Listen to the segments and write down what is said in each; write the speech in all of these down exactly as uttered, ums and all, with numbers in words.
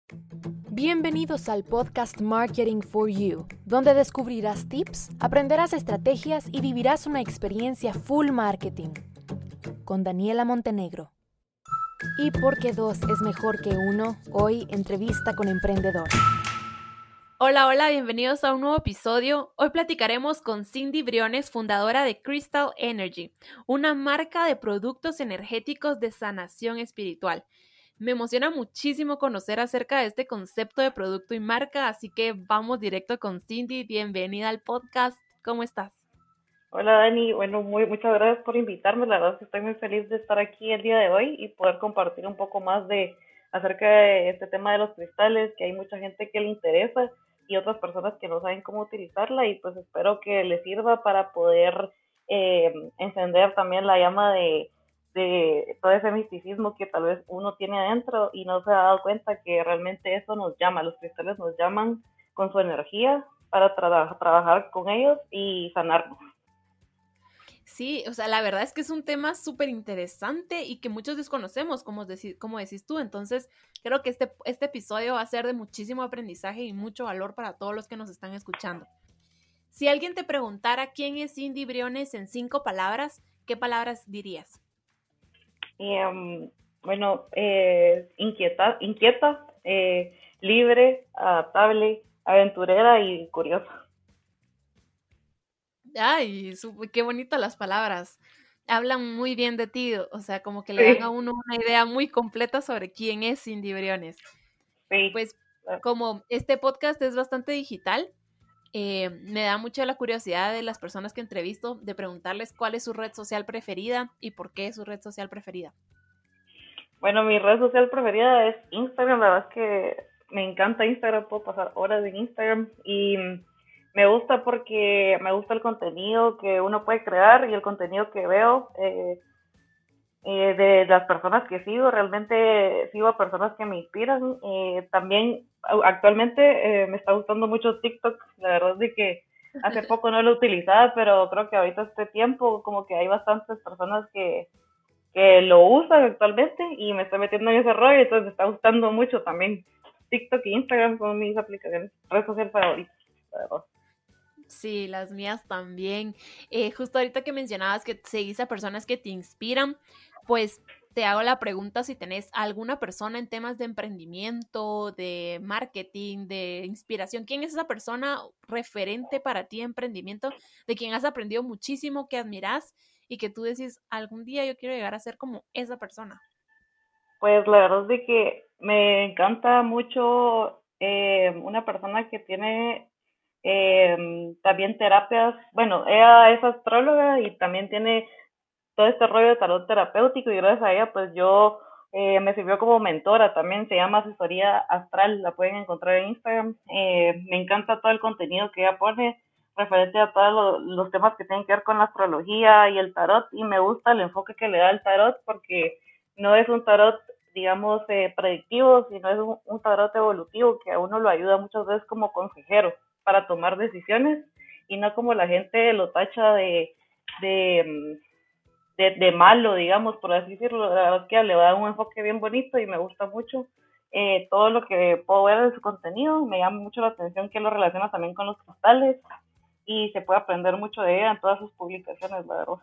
Bienvenidos al podcast Marketing for You, donde descubrirás tips, aprenderás estrategias y vivirás una experiencia full marketing. Con Daniela Montenegro. Y porque dos es mejor que uno, hoy entrevista con emprendedor. Hola, hola, bienvenidos a un nuevo episodio. Hoy platicaremos con Cindy Briones, fundadora de Crystal Energy, una marca de productos energéticos de sanación espiritual. Me emociona muchísimo conocer acerca de este concepto de producto y marca, así que vamos directo con Cindy. Bienvenida al podcast. ¿Cómo estás? Hola Dani, bueno, muy, muchas gracias por invitarme. La verdad es que estoy muy feliz de estar aquí el día de hoy y poder compartir un poco más de acerca de este tema de los cristales, que hay mucha gente que le interesa y otras personas que no saben cómo utilizarla, y pues espero que les sirva para poder eh, encender también la llama de, de todo ese misticismo que tal vez uno tiene adentro y no se ha dado cuenta que realmente eso nos llama, los cristales nos llaman con su energía para tra- trabajar con ellos y sanarnos. Sí, o sea, la verdad es que es un tema súper interesante y que muchos desconocemos, como, deci- como decís tú. Entonces, creo que este, este episodio va a ser de muchísimo aprendizaje y mucho valor para todos los que nos están escuchando. Si alguien te preguntara quién es Cindy Briones en cinco palabras, ¿qué palabras dirías? Y, um, bueno, eh, inquieta, inquieta eh, libre, adaptable, aventurera y curiosa. Ay, su- qué bonitas las palabras. Hablan muy bien de ti, o sea, como que le dan a Sí, uno una idea muy completa sobre quién es Cindy Briones. sí. Pues como este podcast es bastante digital, eh, me da mucho la curiosidad de las personas que entrevisto de preguntarles cuál es su red social preferida y por qué es su red social preferida. Bueno, mi red social preferida es Instagram. La verdad es que me encanta Instagram, puedo pasar horas en Instagram y me gusta porque me gusta el contenido que uno puede crear y el contenido que veo. Eh, eh, de las personas que sigo, realmente sigo a personas que me inspiran. Eh, también actualmente eh, me está gustando mucho TikTok. La verdad es de que hace poco no lo utilizaba, pero creo que ahorita este tiempo como que hay bastantes personas que, que lo usan actualmente y me estoy metiendo en ese rollo, entonces me está gustando mucho también. TikTok e Instagram son mis aplicaciones, redes sociales favoritas, la verdad. Sí, las mías también. Eh, justo ahorita que mencionabas que seguís a personas que te inspiran, pues te hago la pregunta si tenés alguna persona en temas de emprendimiento, de marketing, de inspiración. ¿Quién es esa persona referente para ti de emprendimiento, de quien has aprendido muchísimo, que admiras y que tú decís, algún día yo quiero llegar a ser como esa persona? Pues la verdad es de que me encanta mucho eh, una persona que tiene eh, también terapias. Bueno, ella es astróloga y también tiene todo este rollo de tarot terapéutico, y gracias a ella pues yo eh, me sirvió como mentora. También se llama Asesoría Astral, la pueden encontrar en Instagram. Eh, me encanta todo el contenido que ella pone referente a todos lo, los temas que tienen que ver con la astrología y el tarot, y me gusta el enfoque que le da el tarot porque no es un tarot, digamos, eh, predictivo, sino es un, un tarot evolutivo que a uno lo ayuda muchas veces como consejero para tomar decisiones, y no como la gente lo tacha de, de, de, de malo, digamos, por así decirlo. La verdad es que le va a dar un enfoque bien bonito y me gusta mucho eh, todo lo que puedo ver de su contenido. Me llama mucho la atención que lo relaciona también con los cristales y se puede aprender mucho de ella en todas sus publicaciones, la verdad.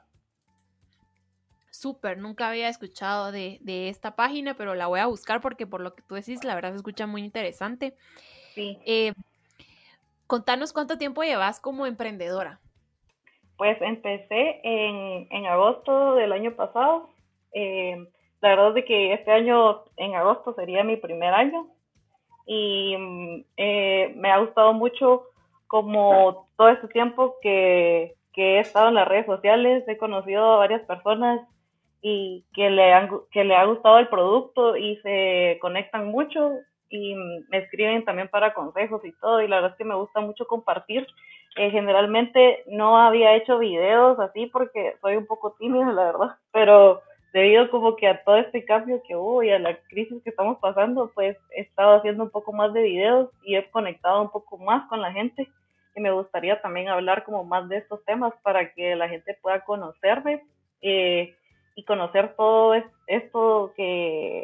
Súper, nunca había escuchado de, de esta página, pero la voy a buscar porque por lo que tú decís, la verdad se escucha muy interesante. Sí, Eh, Contanos cuánto tiempo llevas como emprendedora. pues empecé en, en agosto del año pasado. Eh, la verdad es de que este año, en agosto, sería mi primer año, y mm, eh, me ha gustado mucho como todo este tiempo que, que he estado en las redes sociales. He conocido a varias personas y que le, han, que le ha gustado el producto y se conectan mucho y me escriben también para consejos y todo, y la verdad es que me gusta mucho compartir. Eh, generalmente no había hecho videos así porque soy un poco tímida, la verdad, pero debido como que a todo este cambio que hubo y a la crisis que estamos pasando, pues he estado haciendo un poco más de videos y he conectado un poco más con la gente, y me gustaría también hablar como más de estos temas para que la gente pueda conocerme eh, y conocer todo esto que,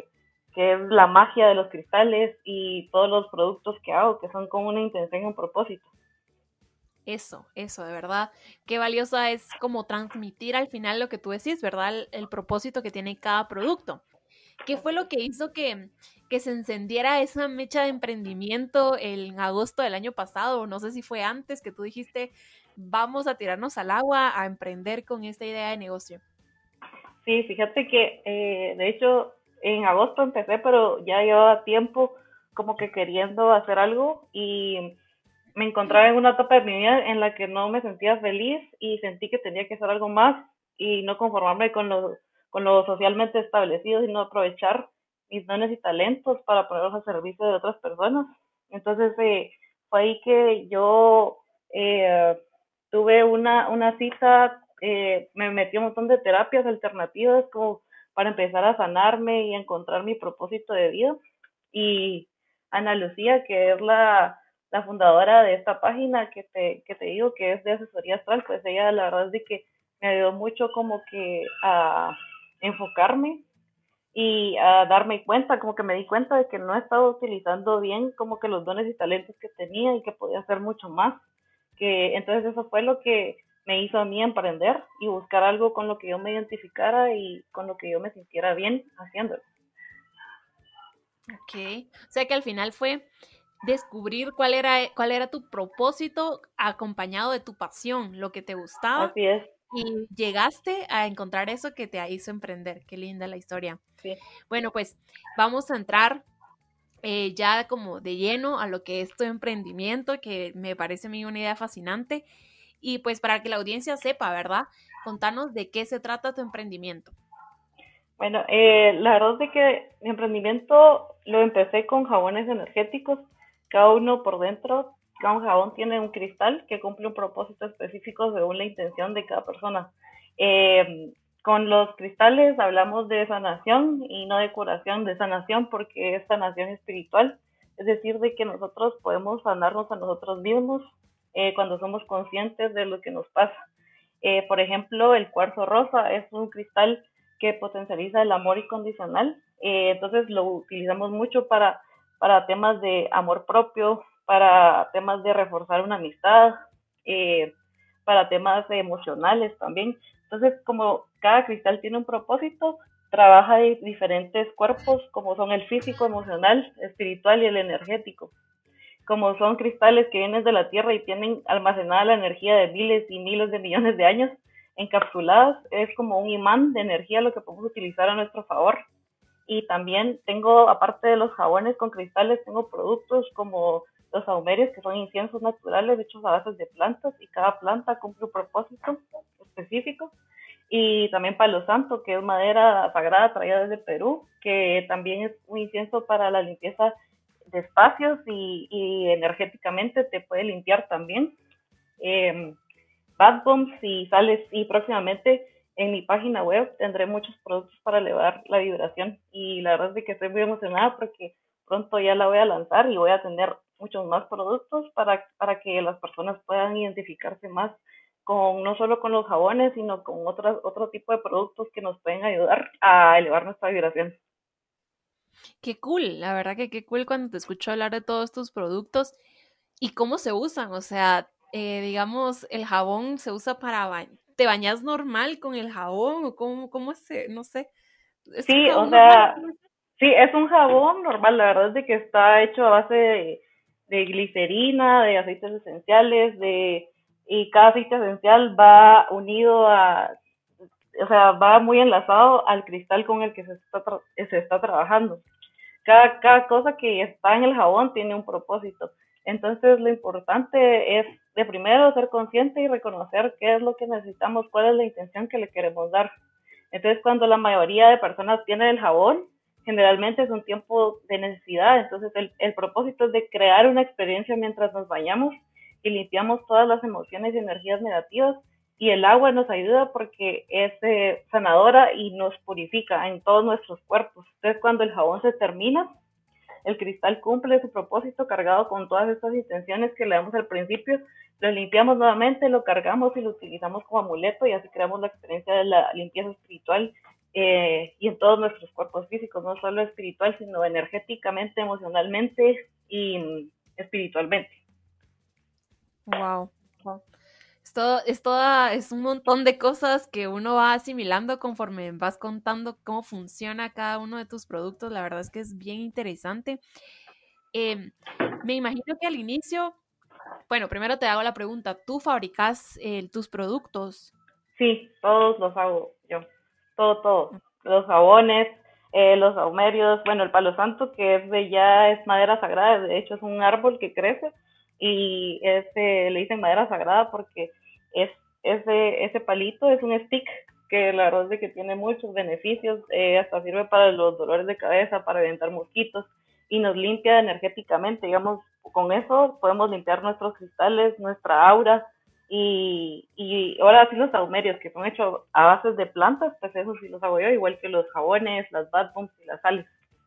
que es la magia de los cristales y todos los productos que hago, que son con una intención y un propósito. Eso, eso, de verdad, qué valiosa es como transmitir al final lo que tú decís, ¿verdad? El, el propósito que tiene cada producto. ¿Qué fue lo que hizo que, que se encendiera esa mecha de emprendimiento en agosto del año pasado? No sé si fue antes que tú dijiste, vamos a tirarnos al agua a emprender con esta idea de negocio. Sí, fíjate que eh, de hecho en agosto empecé, pero ya llevaba tiempo como que queriendo hacer algo y me encontraba en una etapa de mi vida en la que no me sentía feliz y sentí que tenía que hacer algo más y no conformarme con lo, con lo socialmente establecido, sino aprovechar mis dones y talentos para ponerlos al servicio de otras personas. Entonces eh, fue ahí que yo eh, tuve una, una cita, eh, me metí a un montón de terapias alternativas como para empezar a sanarme y encontrar mi propósito de vida. Y Ana Lucía, que es la la fundadora de esta página que te, que te digo que es de asesoría astral, pues ella la verdad es de que me ayudó mucho como que a enfocarme y a darme cuenta, como que me di cuenta de que no estaba utilizando bien como que los dones y talentos que tenía y que podía hacer mucho más. Que entonces eso fue lo que me hizo a mí emprender y buscar algo con lo que yo me identificara y con lo que yo me sintiera bien haciéndolo. Ok, o sea que al final fue descubrir cuál era, cuál era tu propósito acompañado de tu pasión, lo que te gustaba, Así es. y llegaste a encontrar eso que te hizo emprender. Qué linda la historia. Sí. Bueno, pues vamos a entrar eh, ya como de lleno a lo que es tu emprendimiento, que me parece a mí una idea fascinante. Y pues para que la audiencia sepa, ¿verdad? Contanos de qué se trata tu emprendimiento. Bueno, eh, la verdad es que mi emprendimiento lo empecé con jabones energéticos, cada uno por dentro, cada un jabón tiene un cristal que cumple un propósito específico según la intención de cada persona. Eh, con los cristales hablamos de sanación y no de curación, de sanación porque es sanación espiritual, es decir, de que nosotros podemos sanarnos a nosotros mismos eh, cuando somos conscientes de lo que nos pasa. Eh, por ejemplo, el cuarzo rosa es un cristal que potencializa el amor incondicional. Eh, entonces lo utilizamos mucho para, para temas de amor propio, para temas de reforzar una amistad, eh, para temas emocionales también. Entonces, como cada cristal tiene un propósito, trabaja de diferentes cuerpos, como son el físico, emocional, espiritual y el energético. Como son cristales que vienen de la Tierra y tienen almacenada la energía de miles y miles de millones de años, encapsuladas, es como un imán de energía lo que podemos utilizar a nuestro favor. Y también tengo, aparte de los jabones con cristales, tengo productos como los saumerios, que son inciensos naturales hechos a base de plantas, y cada planta cumple un propósito específico. Y también palo santo, que es madera sagrada traída desde Perú, que también es un incienso para la limpieza de espacios y, y energéticamente te puede limpiar también. Eh, bath bombs y sales, y próximamente en mi página web tendré muchos productos para elevar la vibración y la verdad es de que estoy muy emocionada porque pronto ya la voy a lanzar y voy a tener muchos más productos para, para que las personas puedan identificarse más con no solo con los jabones, sino con otras, otro tipo de productos que nos pueden ayudar a elevar nuestra vibración. Qué cool, la verdad que qué cool cuando te escucho hablar de todos estos productos y cómo se usan. O sea, eh, digamos, el jabón se usa para bañar. ¿Te bañas normal con el jabón o cómo, cómo se, no sé? ¿Es un Sí, o jabón normal? sea, sí, es un jabón normal, la verdad es de que está hecho a base de, de glicerina, de aceites esenciales, de y cada aceite esencial va unido a, o sea, va muy enlazado al cristal con el que se está, tra- se está trabajando. Cada, cada cosa que está en el jabón tiene un propósito. Entonces, lo importante es, de primero, ser consciente y reconocer qué es lo que necesitamos, cuál es la intención que le queremos dar. Entonces, cuando la mayoría de personas tienen el jabón, generalmente es un tiempo de necesidad. Entonces, el, el propósito es de crear una experiencia mientras nos bañamos y limpiamos todas las emociones y energías negativas. Y el agua nos ayuda porque es eh, sanadora y nos purifica en todos nuestros cuerpos. Entonces, cuando el jabón se termina, el cristal cumple su propósito cargado con todas estas intenciones que le damos al principio, lo limpiamos nuevamente, lo cargamos y lo utilizamos como amuleto y así creamos la experiencia de la limpieza espiritual eh, y en todos nuestros cuerpos físicos, no solo espiritual, sino energéticamente, emocionalmente y mm, espiritualmente. Wow. Wow. Es todo, es toda, es un montón de cosas que uno va asimilando conforme vas contando cómo funciona cada uno de tus productos. La verdad es que es bien interesante. Eh, me imagino que al inicio, bueno, primero te hago la pregunta, ¿tú fabricas eh, tus productos? Sí, todos los hago yo, todo, todo. Los jabones, eh, los saumerios, bueno, el palo santo que es de ya es madera sagrada, de hecho es un árbol que crece y ese le dicen madera sagrada porque es ese ese palito es un stick que la verdad es de que tiene muchos beneficios, eh, hasta sirve para los dolores de cabeza, para evitar mosquitos y nos limpia energéticamente, digamos, con eso podemos limpiar nuestros cristales, nuestra aura y, y ahora sí los saumerios que son hechos a bases de plantas, pues eso sí los hago yo, igual que los jabones, las bath bombs y las sales.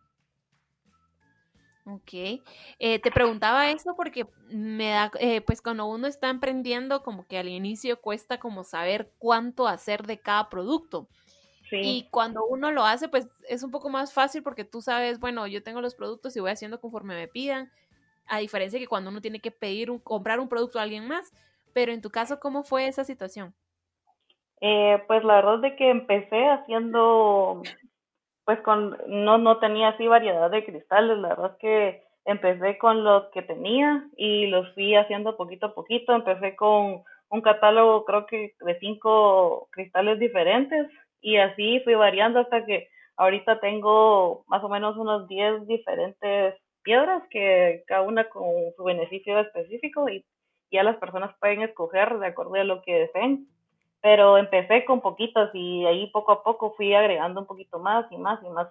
Ok. Eh, te preguntaba eso porque me da, eh, pues cuando uno está emprendiendo, como que al inicio cuesta como saber cuánto hacer de cada producto. Sí, Y cuando uno lo hace, pues es un poco más fácil porque tú sabes, bueno, yo tengo los productos y voy haciendo conforme me pidan, a diferencia que cuando uno tiene que pedir un, comprar un producto a alguien más. Pero en tu caso, ¿cómo fue esa situación? eh, pues la verdad es de que empecé haciendo, pues con, no, no tenía así variedad de cristales, la verdad es que empecé con los que tenía y los fui haciendo poquito a poquito, empecé con un catálogo creo que de cinco cristales diferentes y así fui variando hasta que ahorita tengo más o menos unos diez diferentes piedras que cada una con su beneficio específico y ya las personas pueden escoger de acuerdo a lo que deseen, pero empecé con poquitos y ahí poco a poco fui agregando un poquito más y más y más.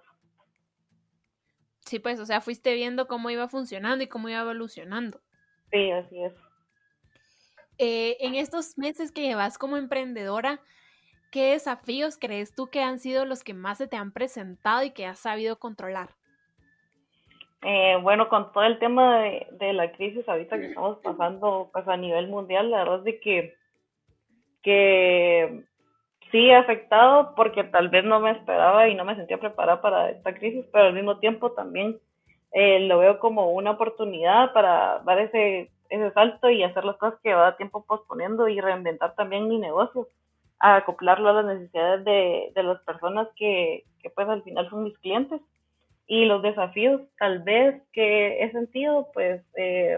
Sí, pues, o sea, fuiste viendo cómo iba funcionando y cómo iba evolucionando. Sí, así es. Eh, en estos meses que llevas como emprendedora, ¿qué desafíos crees tú que han sido los que más se te han presentado y que has sabido controlar? Eh, bueno, con todo el tema de, de la crisis ahorita que estamos pasando pues a nivel mundial, la verdad es de que, que sí ha afectado porque tal vez no me esperaba y no me sentía preparada para esta crisis, pero al mismo tiempo también eh, lo veo como una oportunidad para dar ese, ese salto y hacer las cosas que va tiempo posponiendo y reinventar también mi negocio, a acoplarlo a las necesidades de, de las personas que, que pues al final son mis clientes y los desafíos tal vez que he sentido pues eh,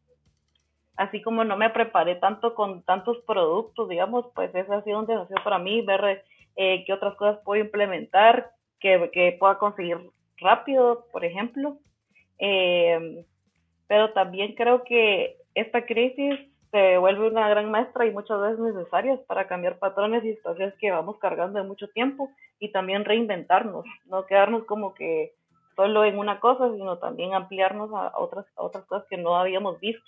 así como no me preparé tanto con tantos productos, digamos, pues ese ha sido un desafío para mí, ver eh, qué otras cosas puedo implementar, que, que pueda conseguir rápido, por ejemplo. Eh, pero también creo que esta crisis se vuelve una gran maestra y muchas veces necesarias para cambiar patrones y situaciones que vamos cargando de mucho tiempo y también reinventarnos, no quedarnos como que solo en una cosa, sino también ampliarnos a otras, a otras cosas que no habíamos visto.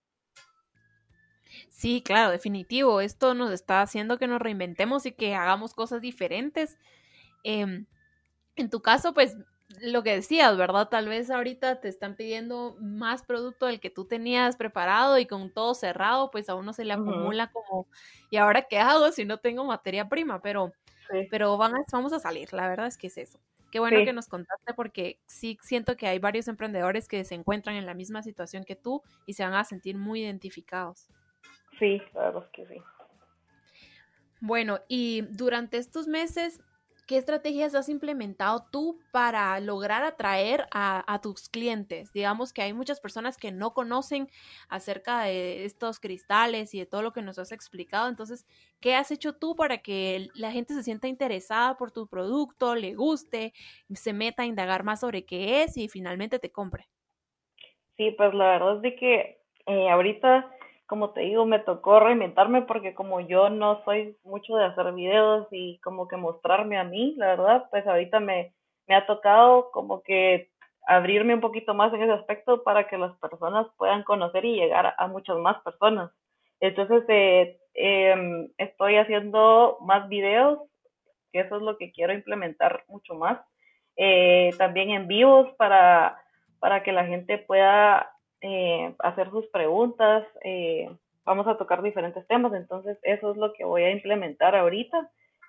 Sí, claro, definitivo. Esto nos está haciendo que nos reinventemos y que hagamos cosas diferentes. Em, en tu caso, pues lo que decías, ¿verdad? Tal vez ahorita te están pidiendo más producto del que tú tenías preparado y con todo cerrado, pues a uno se le Uh-huh. acumula como, ¿y ahora qué hago si no tengo materia prima? Pero, Sí, pero van a- vamos a salir, la verdad es que es eso. Qué bueno que sí, nos contaste porque sí siento que hay varios emprendedores que se encuentran en la misma situación que tú y se van a sentir muy identificados. sí, la verdad es que sí. Bueno, y durante estos meses, ¿qué estrategias has implementado tú para lograr atraer a, a tus clientes? Digamos que hay muchas personas que no conocen acerca de estos cristales y de todo lo que nos has explicado. Entonces, ¿qué has hecho tú para que la gente se sienta interesada por tu producto, le guste, se meta a indagar más sobre qué es y finalmente te compre? Sí, pues la verdad es de que eh, ahorita, como te digo, me tocó reinventarme porque como yo no soy mucho de hacer videos y como que mostrarme a mí, la verdad, pues ahorita me, me ha tocado como que abrirme un poquito más en ese aspecto para que las personas puedan conocer y llegar a, a muchas más personas. Entonces, eh, em, estoy haciendo más videos, que eso es lo que quiero implementar mucho más. Eh, también en vivos para, para que la gente pueda eh, hacer sus preguntas. Eh, vamos a tocar diferentes temas, entonces eso es lo que voy a implementar ahorita.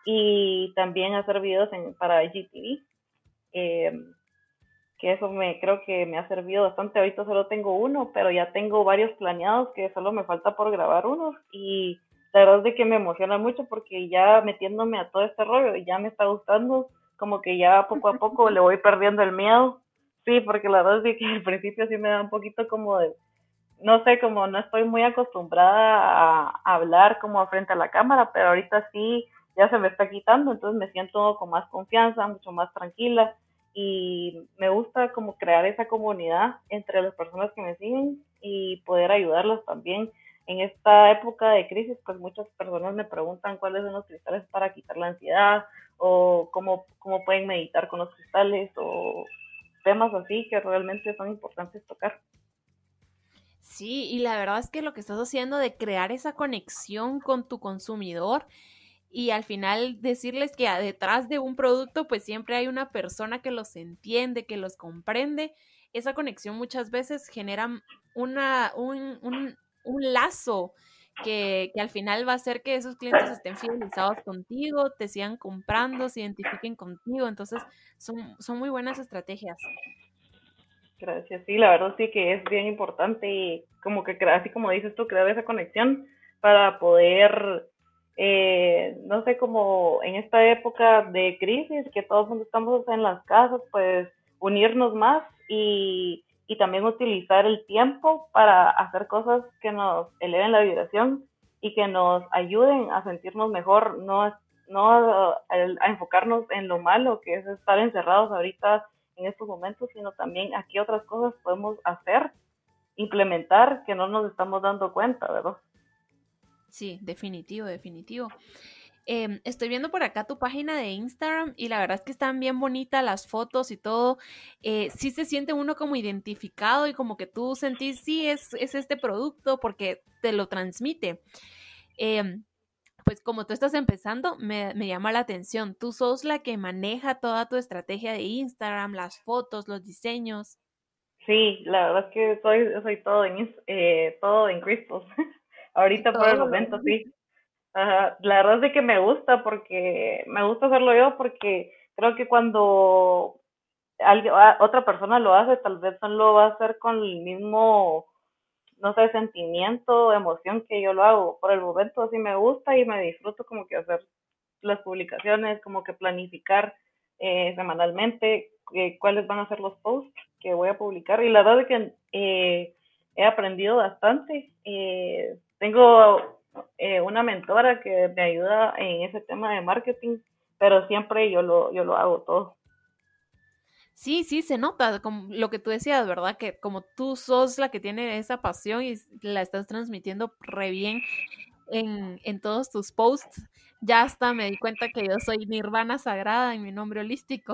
y también hacer videos en, para I G T V, eh, que eso me creo que me ha servido bastante. Ahorita solo tengo uno, pero ya tengo varios planeados que solo me falta por grabar unos, y la verdad es de que me emociona mucho porque ya metiéndome a todo este rollo ya me está gustando, como que ya poco a poco le voy perdiendo el miedo. Sí, porque la verdad es de que al principio sí me da un poquito como de, no sé, como no estoy muy acostumbrada a hablar como frente a la cámara, pero ahorita sí ya se me está quitando, entonces me siento con más confianza, mucho más tranquila, y me gusta como crear esa comunidad entre las personas que me siguen y poder ayudarlos también. En esta época de crisis, pues muchas personas me preguntan cuáles son los cristales para quitar la ansiedad, o cómo, cómo pueden meditar con los cristales, o temas así que realmente son importantes tocar. Sí, y la verdad es que lo que estás haciendo de crear esa conexión con tu consumidor y al final decirles que detrás de un producto pues siempre hay una persona que los entiende, que los comprende, esa conexión muchas veces genera una, un, un, un lazo que, que al final va a hacer que esos clientes estén fidelizados contigo, te sigan comprando, se identifiquen contigo, entonces son, son muy buenas estrategias. Gracias, sí, la verdad sí que es bien importante, y como que crea- así como dices tú, crear esa conexión para poder, eh, no sé, como en esta época de crisis, que todos mundo estamos en las casas, pues unirnos más, y, y también utilizar el tiempo para hacer cosas que nos eleven la vibración y que nos ayuden a sentirnos mejor, no, no a, a enfocarnos en lo malo que es estar encerrados ahorita en estos momentos, sino también a qué otras cosas podemos hacer, implementar, que no nos estamos dando cuenta, ¿verdad? Sí, definitivo, definitivo. Eh, estoy viendo por acá tu página de Instagram y la verdad es que están bien bonitas las fotos y todo. Eh, sí se siente uno como identificado y como que tú sentís, sí, es, es este producto porque te lo transmite. Eh, pues como tú estás empezando, me, me llama la atención. Tú sos la que maneja toda tu estrategia de Instagram, las fotos, los diseños. Sí, la verdad es que soy, soy todo en, eh, todo en crystals. Ahorita por el Todo lo... momento, sí. Ajá. La verdad es de que me gusta, porque me gusta hacerlo yo, porque creo que cuando alguien, otra persona lo hace, tal vez no lo va a hacer con el mismo, no sé, sentimiento, emoción que yo lo hago. Por el momento así me gusta y me disfruto como que hacer las publicaciones, como que planificar eh, semanalmente eh, cuáles van a ser los posts que voy a publicar. Y la verdad es que eh, he aprendido bastante. Eh, tengo eh, una mentora que me ayuda en ese tema de marketing, pero siempre yo lo, yo lo hago todo. Sí, sí, se nota, como lo que tú decías, ¿verdad? Que como tú sos la que tiene esa pasión y la estás transmitiendo re bien en, en todos tus posts, ya hasta me di cuenta que yo soy Nirvana Sagrada en mi nombre holístico.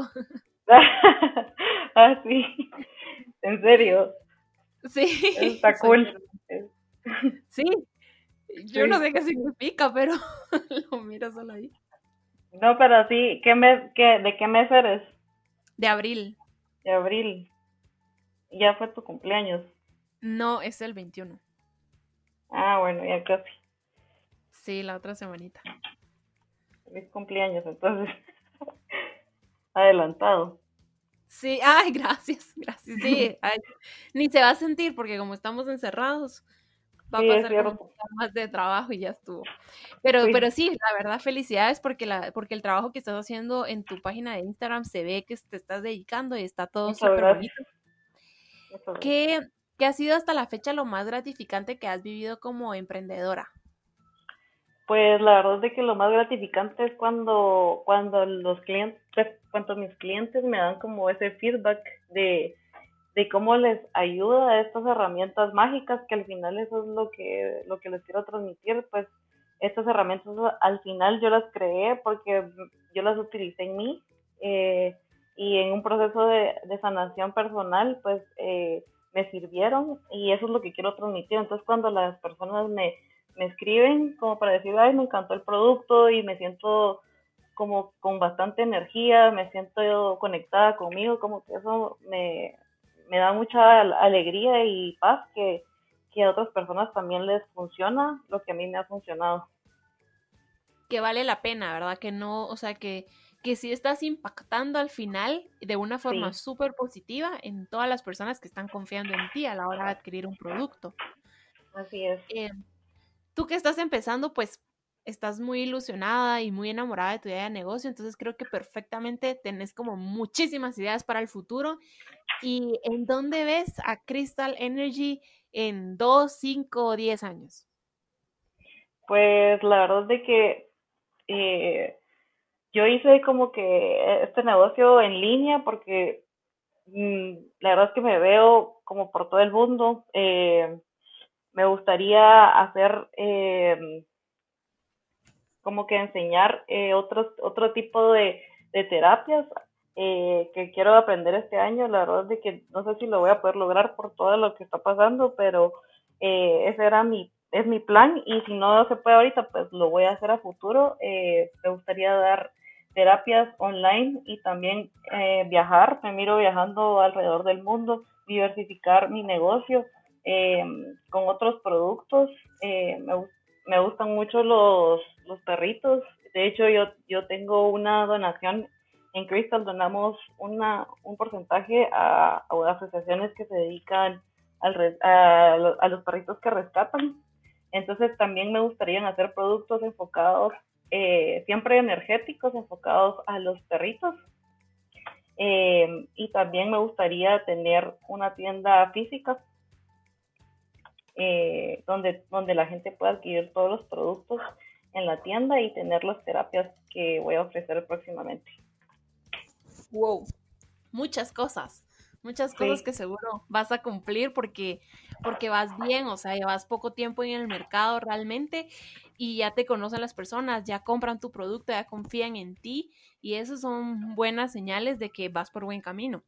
Ah, sí, en serio, Sí, está soy cool. Nirvana. Sí, yo no Sí. sé qué significa, pero lo miro solo ahí. No, pero sí, ¿qué mes, qué, ¿de qué mes eres? De abril. De abril. Ya fue tu cumpleaños. No, es el veintiuno. Ah, bueno, ya casi. Sí, la otra semanita. Feliz cumpleaños, entonces. Adelantado. Sí, ay, gracias, gracias. Sí, ay, ni se va a sentir porque como estamos encerrados, va a Sí, es pasar como un cierto. poco más de trabajo y ya estuvo. Pero, pero Sí, sí, la verdad, felicidades porque la, porque el trabajo que estás haciendo en tu página de Instagram se ve que te estás dedicando y está todo muchas súper gracias. bonito. Muchas gracias. ¿Qué, qué ha sido hasta la fecha lo más gratificante que has vivido como emprendedora? Pues la verdad es de que lo más gratificante es cuando, cuando los clientes, pues, cuando mis clientes me dan como ese feedback de, de cómo les ayuda estas herramientas mágicas, que al final eso es lo que, lo que les quiero transmitir. Pues estas herramientas al final yo las creé porque yo las utilicé en mí, eh, y en un proceso de, de sanación personal, pues eh, me sirvieron, y eso es lo que quiero transmitir. Entonces cuando las personas me, me escriben como para decir, ay, me encantó el producto y me siento como con bastante energía, me siento conectada conmigo, como que eso me, me da mucha alegría y paz, que, que a otras personas también les funciona lo que a mí me ha funcionado. que vale la pena, ¿verdad? Que no, o sea, que, que sí estás impactando al final de una forma Sí, súper positiva en todas las personas que están confiando en ti a la hora de adquirir un producto. así es. Eh, Tú que estás empezando, pues estás muy ilusionada y muy enamorada de tu idea de negocio, entonces creo que perfectamente tenés como muchísimas ideas para el futuro. ¿Y en dónde ves a Crystal Energy en dos, cinco o diez años? Pues la verdad es de que eh, yo hice como que este negocio en línea porque mm, la verdad es que me veo como por todo el mundo. Eh, me gustaría hacer eh, como que enseñar eh, otros, otro tipo de, de terapias eh, que quiero aprender este año. La verdad es de que no sé si lo voy a poder lograr por todo lo que está pasando, pero eh, ese era mi, es mi plan y si no se puede ahorita, pues lo voy a hacer a futuro. Eh, me gustaría dar terapias online y también eh, viajar. Me miro viajando alrededor del mundo, diversificar mi negocio eh, con otros productos. Eh, me, me gustan mucho los, los perritos. De hecho, yo, yo tengo una donación en Crystal, donamos una, un porcentaje a, a asociaciones que se dedican al, a, a los perritos que rescatan. Entonces también me gustaría hacer productos enfocados, eh, siempre energéticos, enfocados a los perritos. Eh, y también me gustaría tener una tienda física eh, donde, donde la gente pueda adquirir todos los productos en la tienda y tener las terapias que voy a ofrecer próximamente. Wow, muchas cosas, muchas cosas Sí, que seguro vas a cumplir porque, porque vas bien, o sea, llevas poco tiempo en el mercado realmente y ya te conocen las personas, ya compran tu producto, ya confían en ti y eso son buenas señales de que vas por buen camino.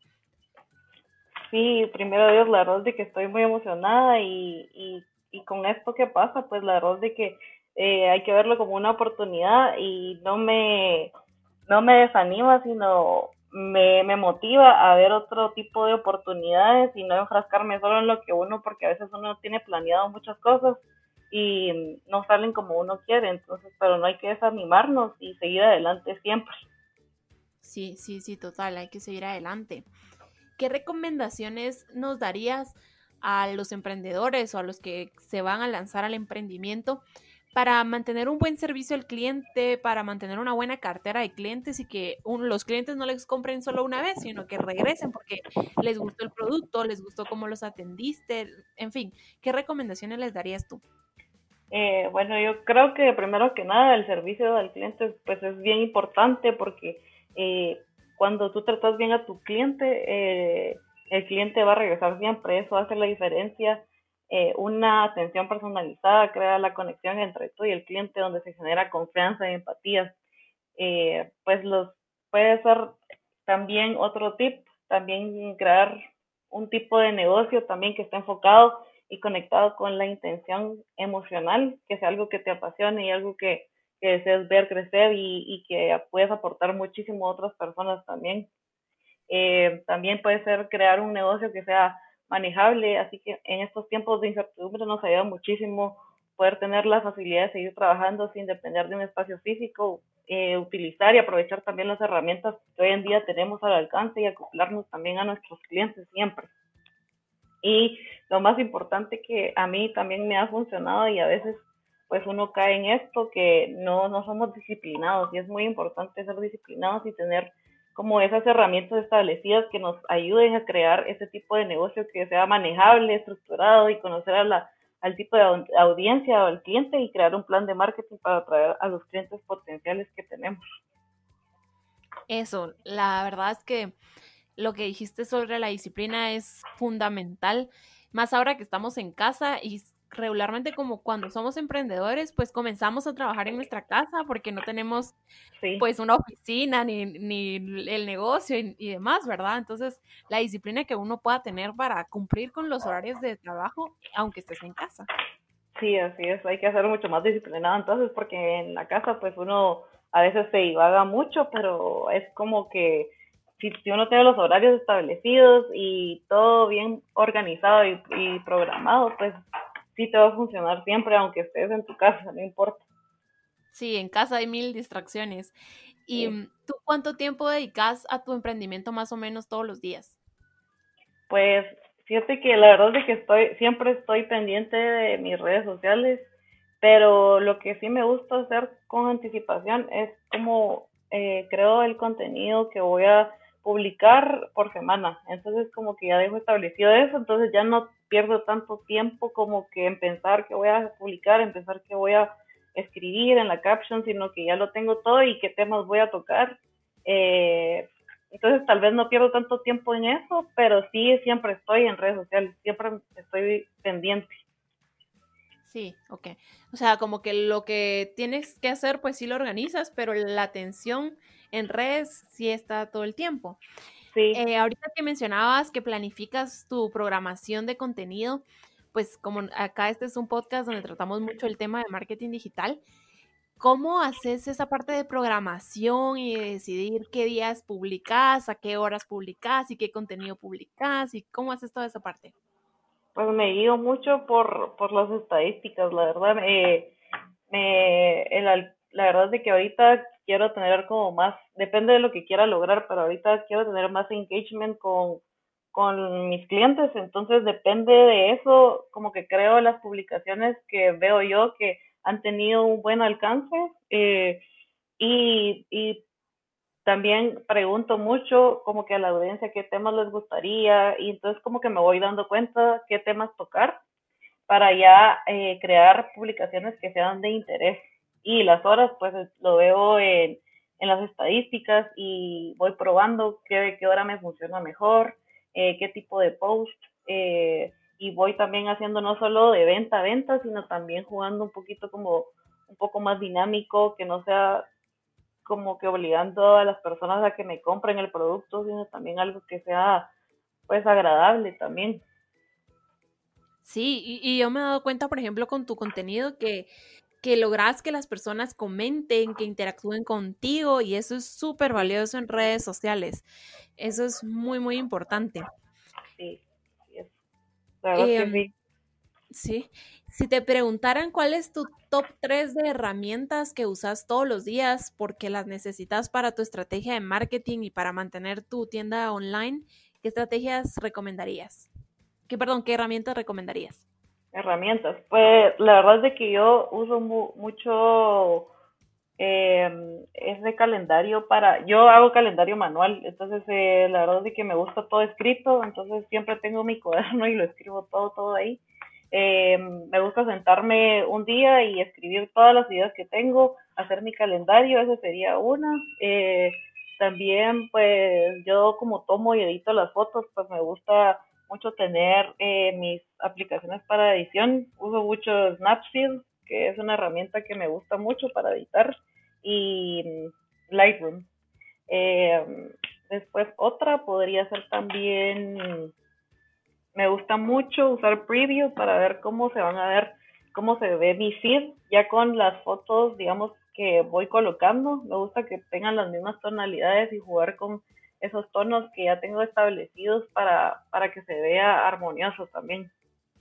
sí, primero Dios, la verdad es de que estoy muy emocionada y, y, y con esto que pasa, pues la verdad es de que eh, hay que verlo como una oportunidad y no me, no me desanima, sino me, me motiva a ver otro tipo de oportunidades y no enfrascarme solo en lo que uno, porque a veces uno tiene planeado muchas cosas y no salen como uno quiere, entonces, pero no hay que desanimarnos y seguir adelante siempre. Sí, sí, sí, total, hay que seguir adelante. ¿Qué recomendaciones nos darías a los emprendedores o a los que se van a lanzar al emprendimiento para mantener un buen servicio al cliente, para mantener una buena cartera de clientes y que un, los clientes no les compren solo una vez, sino que regresen porque les gustó el producto, les gustó cómo los atendiste, en fin, ¿qué recomendaciones les darías tú? Eh, bueno, yo creo que primero que nada el servicio al cliente pues es bien importante porque eh, cuando tú tratas bien a tu cliente, eh, el cliente va a regresar siempre, eso hace la diferencia. Eh, una atención personalizada crea la conexión entre tú y el cliente donde se genera confianza y empatía. Eh, pues los puede ser también otro tip, también crear un tipo de negocio también que esté enfocado y conectado con la intención emocional, que sea algo que te apasione y algo que, que desees ver crecer y, y que puedes aportar muchísimo a otras personas también. Eh, también puede ser crear un negocio que sea manejable, así que en estos tiempos de incertidumbre nos ayuda muchísimo poder tener la facilidad de seguir trabajando sin depender de un espacio físico, eh, utilizar y aprovechar también las herramientas que hoy en día tenemos al alcance y acoplarnos también a nuestros clientes siempre. Y lo más importante que a mí también me ha funcionado y a veces pues uno cae en esto que no, no somos disciplinados y es muy importante ser disciplinados y tener como esas herramientas establecidas que nos ayuden a crear ese tipo de negocio que sea manejable, estructurado y conocer a la, al tipo de audiencia o al cliente y crear un plan de marketing para atraer a los clientes potenciales que tenemos. Eso, la verdad es que lo que dijiste sobre la disciplina es fundamental, más ahora que estamos en casa y regularmente como cuando somos emprendedores, pues comenzamos a trabajar en nuestra casa porque no tenemos Sí, pues una oficina ni, ni el negocio y, y demás, ¿verdad? Entonces, la disciplina que uno pueda tener para cumplir con los horarios de trabajo, aunque estés en casa. sí, así es, hay que ser mucho más disciplinado entonces porque en la casa pues uno a veces se divaga mucho, pero es como que si, si uno tiene los horarios establecidos y todo bien organizado y, y programado, pues sí te va a funcionar siempre aunque estés en tu casa, no importa. Sí, en casa hay mil distracciones. ¿Y Sí. mm, tú cuánto tiempo dedicas a tu emprendimiento más o menos todos los días? Pues fíjate que la verdad es que estoy, siempre estoy pendiente de mis redes sociales, pero lo que sí me gusta hacer con anticipación es como eh, creo el contenido que voy a publicar por semana. Entonces como que ya dejo establecido eso, entonces ya no pierdo tanto tiempo como que en pensar que voy a publicar, en pensar que voy a escribir en la caption, sino que ya lo tengo todo y qué temas voy a tocar. Eh, entonces tal vez no pierdo tanto tiempo en eso, pero sí siempre estoy en redes sociales, siempre estoy pendiente. Sí, ok. O sea, como que lo que tienes que hacer, pues sí lo organizas, pero la atención en redes sí está todo el tiempo. Sí, Eh, ahorita que mencionabas que planificas tu programación de contenido, pues como acá este es un podcast donde tratamos mucho el tema de marketing digital, ¿cómo haces esa parte de programación y de decidir qué días publicas, a qué horas publicas y qué contenido publicas y cómo haces toda esa parte? pues me guío mucho por, por las estadísticas, la verdad. Me, me, el, al- la verdad es de que ahorita quiero tener como más, depende de lo que quiera lograr, pero ahorita quiero tener más engagement con, con mis clientes, entonces depende de eso, como que creo las publicaciones que veo yo que han tenido un buen alcance eh, y, y también pregunto mucho como que a la audiencia qué temas les gustaría y entonces como que me voy dando cuenta qué temas tocar para ya eh, crear publicaciones que sean de interés. Y las horas, pues lo veo en, en las estadísticas y voy probando qué, qué hora me funciona mejor, eh, qué tipo de post. Eh, y voy también haciendo no solo de venta a venta, sino también jugando un poquito como un poco más dinámico, que no sea como que obligando a las personas a que me compren el producto, sino también algo que sea pues agradable también. Sí, y, y yo me he dado cuenta, por ejemplo, con tu contenido que, que logras que las personas comenten, que interactúen contigo y eso es súper Sí, valioso en redes sociales. Eso es muy, muy importante. sí, sí, es, la verdad que Em, sí. sí, si te preguntaran cuál es tu top tres de herramientas que usas todos los días porque las necesitas para tu estrategia de marketing y para mantener tu tienda online, ¿qué estrategias recomendarías? ¿Qué, perdón, qué herramientas recomendarías? Herramientas. Pues la verdad es de que yo uso mu mucho eh, ese calendario para, yo hago calendario manual, entonces eh, la verdad es de que me gusta todo escrito, entonces siempre tengo mi cuaderno y lo escribo todo, todo ahí. Eh, me gusta sentarme un día y escribir todas las ideas que tengo, hacer mi calendario, esa sería una. Eh, también pues yo como tomo y edito las fotos, pues me gusta mucho tener eh, mis aplicaciones para edición. Uso mucho Snapseed, que es una herramienta que me gusta mucho para editar, y mm, Lightroom. Eh, Después otra podría ser también, me gusta mucho usar Preview para ver cómo se van a ver, cómo se ve mi feed, ya con las fotos, digamos, que voy colocando. Me gusta que tengan las mismas tonalidades y jugar con esos tonos que ya tengo establecidos para, para que se vea armonioso también.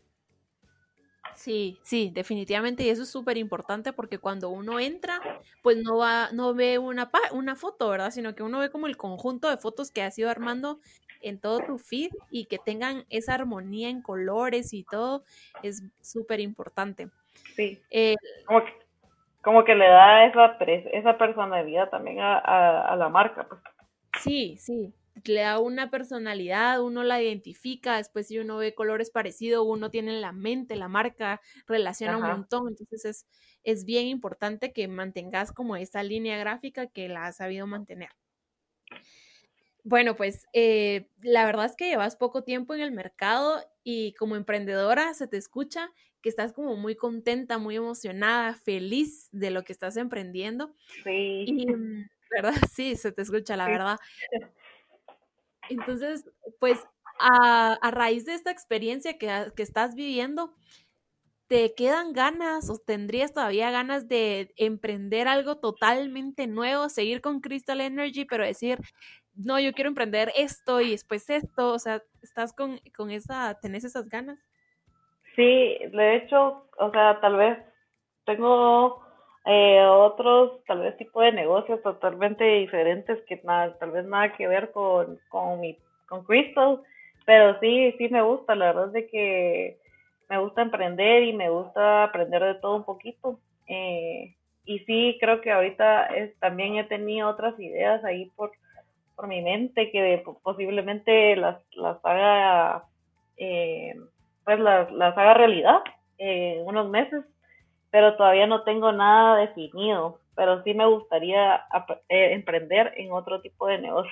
Sí, sí, definitivamente, y eso es súper importante porque cuando uno entra, pues no va, no ve una, pa- una foto, ¿verdad? Sino que uno ve como el conjunto de fotos que has ido armando en todo tu feed y que tengan esa armonía en colores y todo, es súper importante. Sí, Eh, como que, como que le da esa, esa personalidad también a, a, a la marca, pues. Sí, sí, le da una personalidad, uno la identifica, después si uno ve colores parecidos, uno tiene en la mente la marca, relaciona un Ajá. montón, entonces es, es bien importante que mantengas como esta línea gráfica que la has sabido mantener. Bueno, pues eh, la verdad es que llevas poco tiempo en el mercado y como emprendedora se te escucha que estás como muy contenta, muy emocionada, feliz de lo que estás emprendiendo Sí, y, mm, ¿verdad? Sí, se te escucha, la sí. verdad. Entonces, pues a, a raíz de esta experiencia que, ha- que estás viviendo, ¿te quedan ganas o tendrías todavía ganas de emprender algo totalmente nuevo, seguir con Crystal Energy, pero decir, no, yo quiero emprender esto y después esto? O sea, ¿estás con, con esa, tenés esas ganas? Sí, de hecho, o sea, tal vez tengo eh, otros tal vez tipo de negocios totalmente diferentes que nada, tal vez nada que ver con, con mi, con Crystal, pero sí, sí me gusta, la verdad es de que me gusta emprender y me gusta aprender de todo un poquito. Eh, y sí, creo que ahorita es, también he tenido otras ideas ahí por, por mi mente que posiblemente las, las haga, eh, pues las, las haga realidad eh, en unos meses, pero todavía no tengo nada definido, pero sí me gustaría ap- eh, emprender en otro tipo de negocio.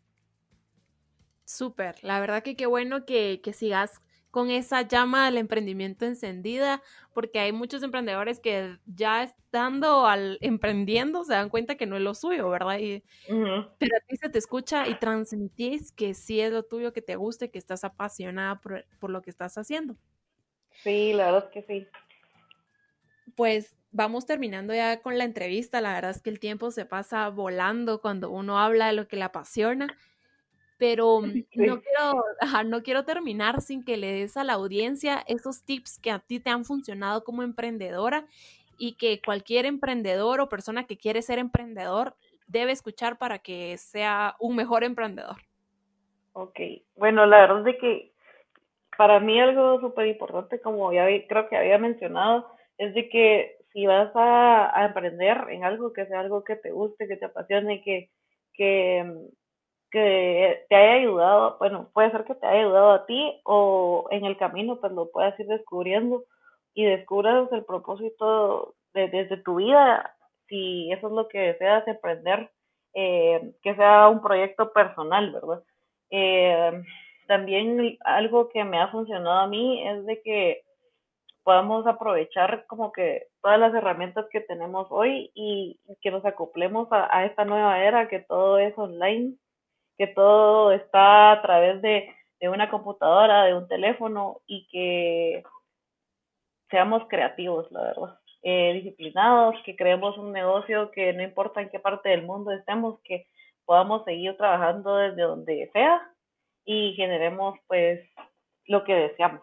Súper, la verdad que qué bueno que, que sigas con esa llama del emprendimiento encendida, porque hay muchos emprendedores que ya estando al emprendiendo se dan cuenta que no es lo suyo, ¿verdad? Y, Ujú. pero a ti se te escucha y transmitís que sí es lo tuyo, que te guste, que estás apasionada por, por lo que estás haciendo. Sí, la verdad es que sí. Pues vamos terminando ya con la entrevista. La verdad es que el tiempo se pasa volando cuando uno habla de lo que le apasiona, pero mm, no Sí. quiero, ajá, no quiero terminar sin que le des a la audiencia esos tips que a ti te han funcionado como emprendedora y que cualquier emprendedor o persona que quiere ser emprendedor debe escuchar para que sea un mejor emprendedor. Ok, bueno, la verdad es de que para mí algo súper importante, como ya vi- creo que había mencionado, es de que si vas a, a emprender en algo, que sea algo que te guste, que te apasione, que, que, mm, que te haya ayudado, bueno, puede ser que te haya ayudado a ti o en el camino pues lo puedas ir descubriendo y descubras el propósito de, desde tu vida, si eso es lo que deseas emprender, eh, que sea un proyecto personal, ¿verdad? Eh, También algo que me ha funcionado a mí es de que podamos aprovechar como que todas las herramientas que tenemos hoy y que nos acoplemos a, a esta nueva era, que todo es online, que todo está a través de, de una computadora, de un teléfono y que seamos creativos, la verdad. Eh, disciplinados, que creemos un negocio que no importa en qué parte del mundo estemos, que podamos seguir trabajando desde donde sea y generemos pues lo que deseamos.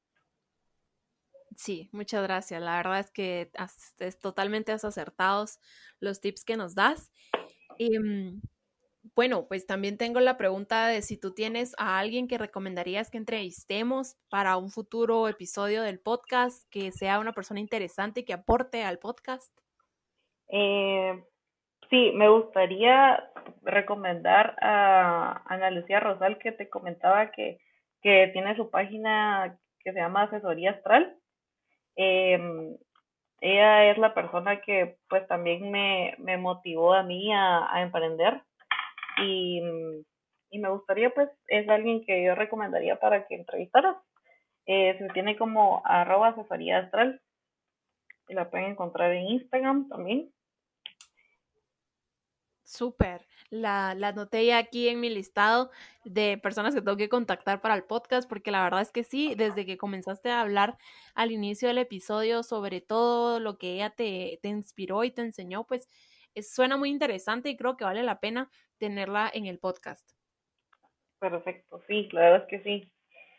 Sí, muchas gracias. La verdad es que has, es totalmente has acertados los tips que nos das. Em, Bueno, pues también tengo la pregunta de si tú tienes a alguien que recomendarías que entrevistemos para un futuro episodio del podcast, que sea una persona interesante y que aporte al podcast. Eh, sí, me gustaría recomendar a Ana Lucía Rosal, que te comentaba que, que tiene su página que se llama Asesoría Astral. Eh, Ella es la persona que pues también me, me motivó a mí a, a emprender y, y me gustaría pues es alguien que yo recomendaría para que entrevistaras. Eh, se tiene como arroba asesoría astral y la pueden encontrar en Instagram también. Súper. La, la anoté ya aquí en mi listado de personas que tengo que contactar para el podcast, porque la verdad es que sí, desde que comenzaste a hablar al inicio del episodio sobre todo lo que ella te, te inspiró y te enseñó, pues es- suena muy interesante y creo que vale la pena tenerla en el podcast. Perfecto, sí, la verdad es que sí.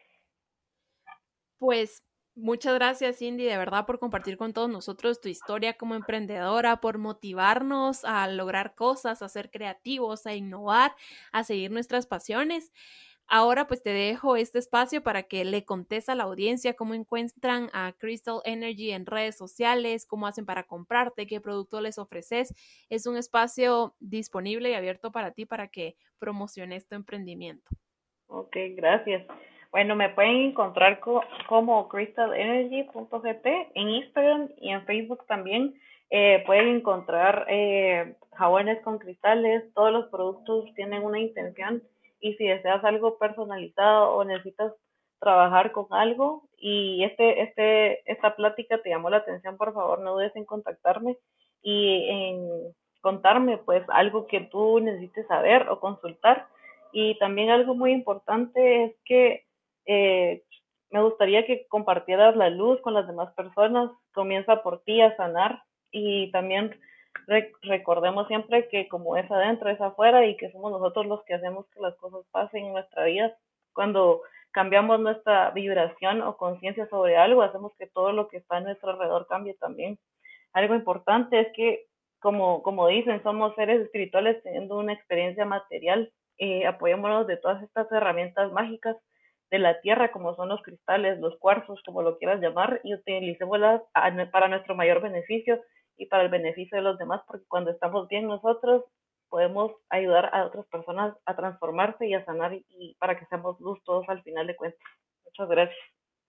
Pues muchas gracias, Cindy, de verdad, por compartir con todos nosotros tu historia como emprendedora, por motivarnos a lograr cosas, a ser creativos, a innovar, a seguir nuestras pasiones. Ahora pues te dejo este espacio para que le contes a la audiencia cómo encuentran a Crystal Energy en redes sociales, cómo hacen para comprarte, qué producto les ofreces. Es un espacio disponible y abierto para ti para que promociones tu emprendimiento. Ok, gracias. Bueno, me pueden encontrar co- como crystal energy punto g t en Instagram y en Facebook también. Eh, pueden encontrar eh, jabones con cristales, todos los productos tienen una intención y si deseas algo personalizado o necesitas trabajar con algo y este, este, esta plática te llamó la atención, por favor no dudes en contactarme y en contarme pues algo que tú necesites saber o consultar. Y también algo muy importante es que eh, me gustaría que compartieras la luz con las demás personas. Comienza por ti a sanar y también re- recordemos siempre que como es adentro, es afuera y que somos nosotros los que hacemos que las cosas pasen en nuestra vida. Cuando cambiamos nuestra vibración o conciencia sobre algo, hacemos que todo lo que está a nuestro alrededor cambie también. algo importante es que, como, como dicen, somos seres espirituales teniendo una experiencia material. Eh, apoyémonos de todas estas herramientas mágicas de la tierra, como son los cristales, los cuarzos, como lo quieras llamar, y utilicémoslas para nuestro mayor beneficio y para el beneficio de los demás, porque cuando estamos bien nosotros, podemos ayudar a otras personas a transformarse y a sanar, y, y para que seamos luz todos al final de cuentas. Muchas gracias.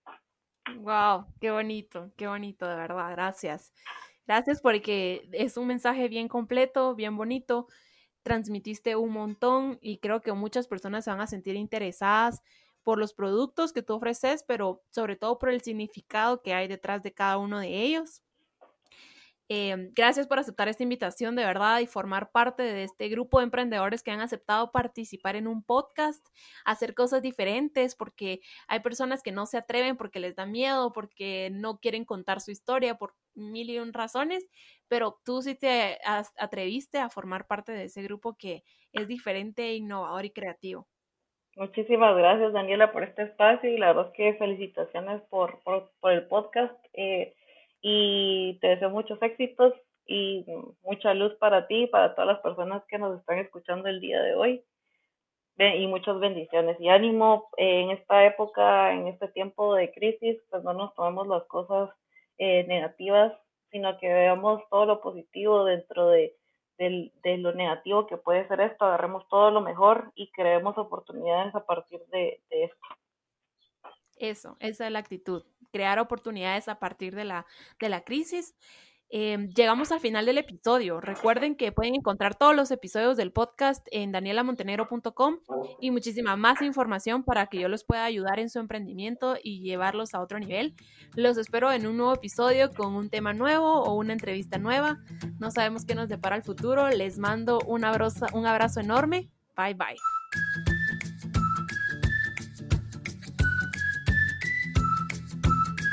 Wow, qué bonito, qué bonito, de verdad, gracias. Gracias porque es un mensaje bien completo, bien bonito, transmitiste un montón y creo que muchas personas se van a sentir interesadas por los productos que tú ofreces, pero sobre todo por el significado que hay detrás de cada uno de ellos. Eh, gracias por aceptar esta invitación de verdad y formar parte de este grupo de emprendedores que han aceptado participar en un podcast, hacer cosas diferentes, porque hay personas que no se atreven porque les da miedo, porque no quieren contar su historia por mil y un razones, pero tú sí te atreviste a formar parte de ese grupo que es diferente, innovador y creativo. Muchísimas gracias, Daniela, por este espacio, y la verdad es que felicitaciones por, por, por el podcast. Eh, y te deseo muchos éxitos y mucha luz para ti y para todas las personas que nos están escuchando el día de hoy. Y muchas bendiciones y ánimo en esta época, en este tiempo de crisis. Pues no nos tomemos las cosas eh, negativas, sino que veamos todo lo positivo dentro de, de, de lo negativo que puede ser esto. Agarremos todo lo mejor y creemos oportunidades a partir de, de esto. Eso, esa es la actitud, crear oportunidades a partir de la, de la crisis. Eh, llegamos al final del episodio. Recuerden que pueden encontrar todos los episodios del podcast en daniela montenegro punto com y muchísima más información para que yo los pueda ayudar en su emprendimiento y llevarlos a otro nivel. Los espero en un nuevo episodio con un tema nuevo o una entrevista nueva. No sabemos qué nos depara el futuro. Les mando un abrazo, un abrazo enorme. Bye, bye.